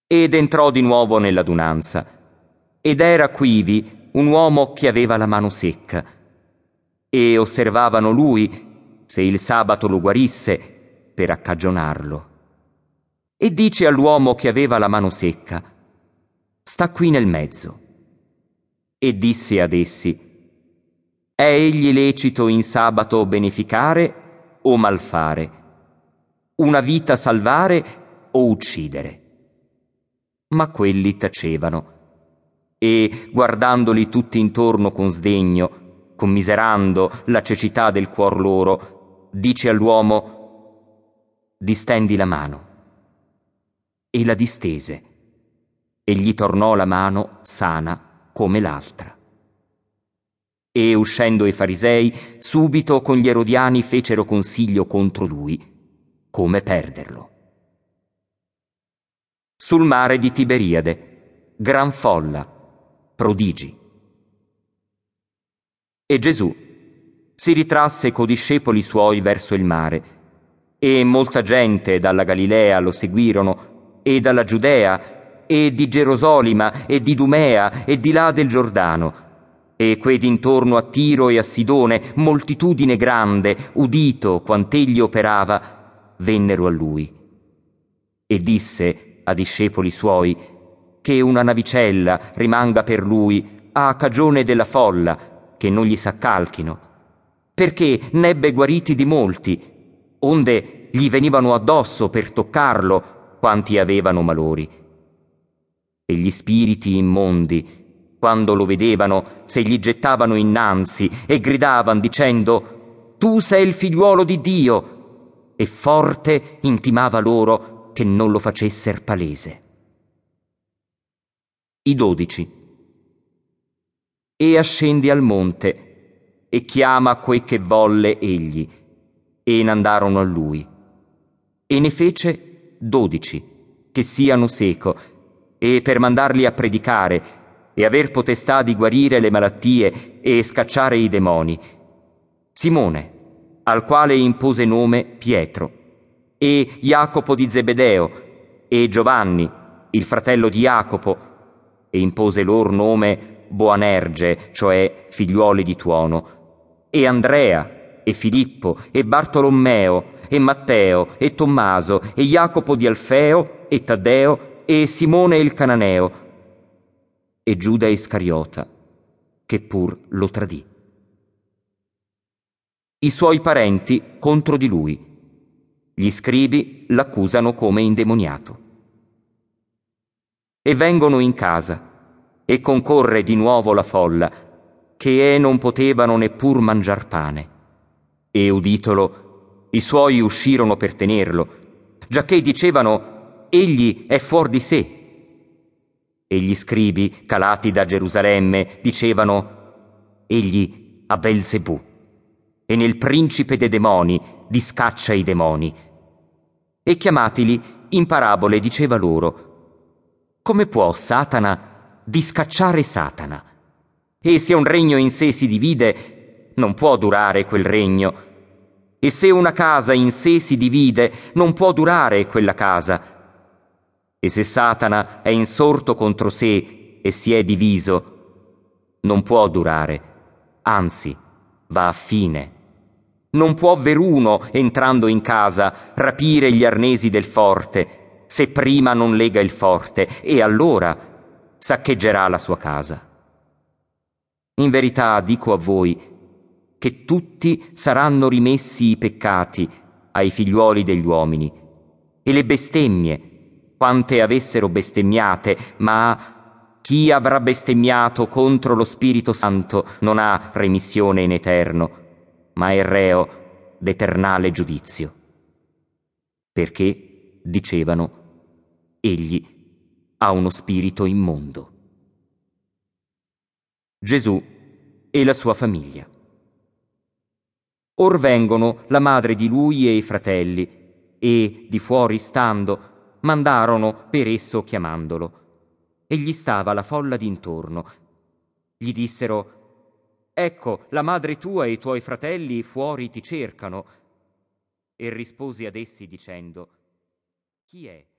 Ed entrò di nuovo nell'adunanza, ed era quivi un uomo che aveva la mano secca, e osservavano lui se il sabato lo guarisse per accagionarlo. E dice all'uomo che aveva la mano secca: sta qui nel mezzo. E disse ad essi: è egli lecito in sabato beneficare o malfare, una vita salvare o uccidere? Ma quelli tacevano, e guardandoli tutti intorno con sdegno, commiserando la cecità del cuor loro, dice all'uomo: distendi la mano. E la distese, e gli tornò la mano sana come l'altra. E uscendo i farisei, subito con gli erodiani fecero consiglio contro lui, come perderlo. Sul mare di Tiberiade, gran folla, prodigi. E Gesù si ritrasse co' discepoli suoi verso il mare, e molta gente dalla Galilea lo seguirono, e dalla Giudea, e di Gerosolima, e di Idumea, e di là del Giordano, e quei d'intorno a Tiro e a Sidone, moltitudine grande, udito quant'egli operava, vennero a lui. E disse a discepoli suoi che una navicella rimanga per lui a cagione della folla, che non gli s'accalchino, perché n'ebbe guariti di molti, onde gli venivano addosso per toccarlo quanti avevano malori. E gli spiriti immondi, quando lo vedevano, se gli gettavano innanzi e gridavan dicendo: tu sei il figliuolo di Dio, e forte intimava loro che non lo facesser palese. I 12. E ascendi al monte, e chiama quei che volle egli, e n'andarono a lui. E ne fece 12, che siano seco, e per mandarli a predicare, e aver potestà di guarire le malattie e scacciare i demoni: Simone, al quale impose nome Pietro, e Jacopo di Zebedeo, e Giovanni, il fratello di Jacopo, e impose lor nome Boanerge, cioè figliuoli di tuono, e Andrea, e Filippo, e Bartolommeo, e Matteo, e Tommaso, e Jacopo di Alfeo, e Taddeo, e Simone il Cananeo, e Giuda Iscariota, che pur lo tradì. I suoi parenti contro di lui. Gli scribi l'accusano come indemoniato. E vengono in casa, e concorre di nuovo la folla, che non potevano neppur mangiar pane. E uditolo, i suoi uscirono per tenerlo, giacché dicevano: egli è fuor di sé. E gli scribi, calati da Gerusalemme, dicevano: egli ha Belzebù, e nel principe dei demoni discaccia i demoni. E chiamatili in parabole diceva loro: come può Satana discacciare Satana? E se un regno in sé si divide, non può durare quel regno. E se una casa in sé si divide, non può durare quella casa. E se Satana è insorto contro sé e si è diviso, non può durare, anzi, va a fine. Non può veruno, entrando in casa, rapire gli arnesi del forte, se prima non lega il forte, e allora saccheggerà la sua casa. In verità dico a voi che tutti saranno rimessi i peccati ai figliuoli degli uomini, e le bestemmie, quante avessero bestemmiate, ma chi avrà bestemmiato contro lo Spirito Santo non ha remissione in eterno, ma è reo d'eternale giudizio. Perché, dicevano, egli ha uno spirito immondo. Gesù e la sua famiglia. Or vengono la madre di lui e i fratelli, e, di fuori stando, mandarono per esso chiamandolo. E gli stava la folla d'intorno. Gli dissero: ecco, la madre tua e i tuoi fratelli fuori ti cercano. E rispose ad essi dicendo: chi è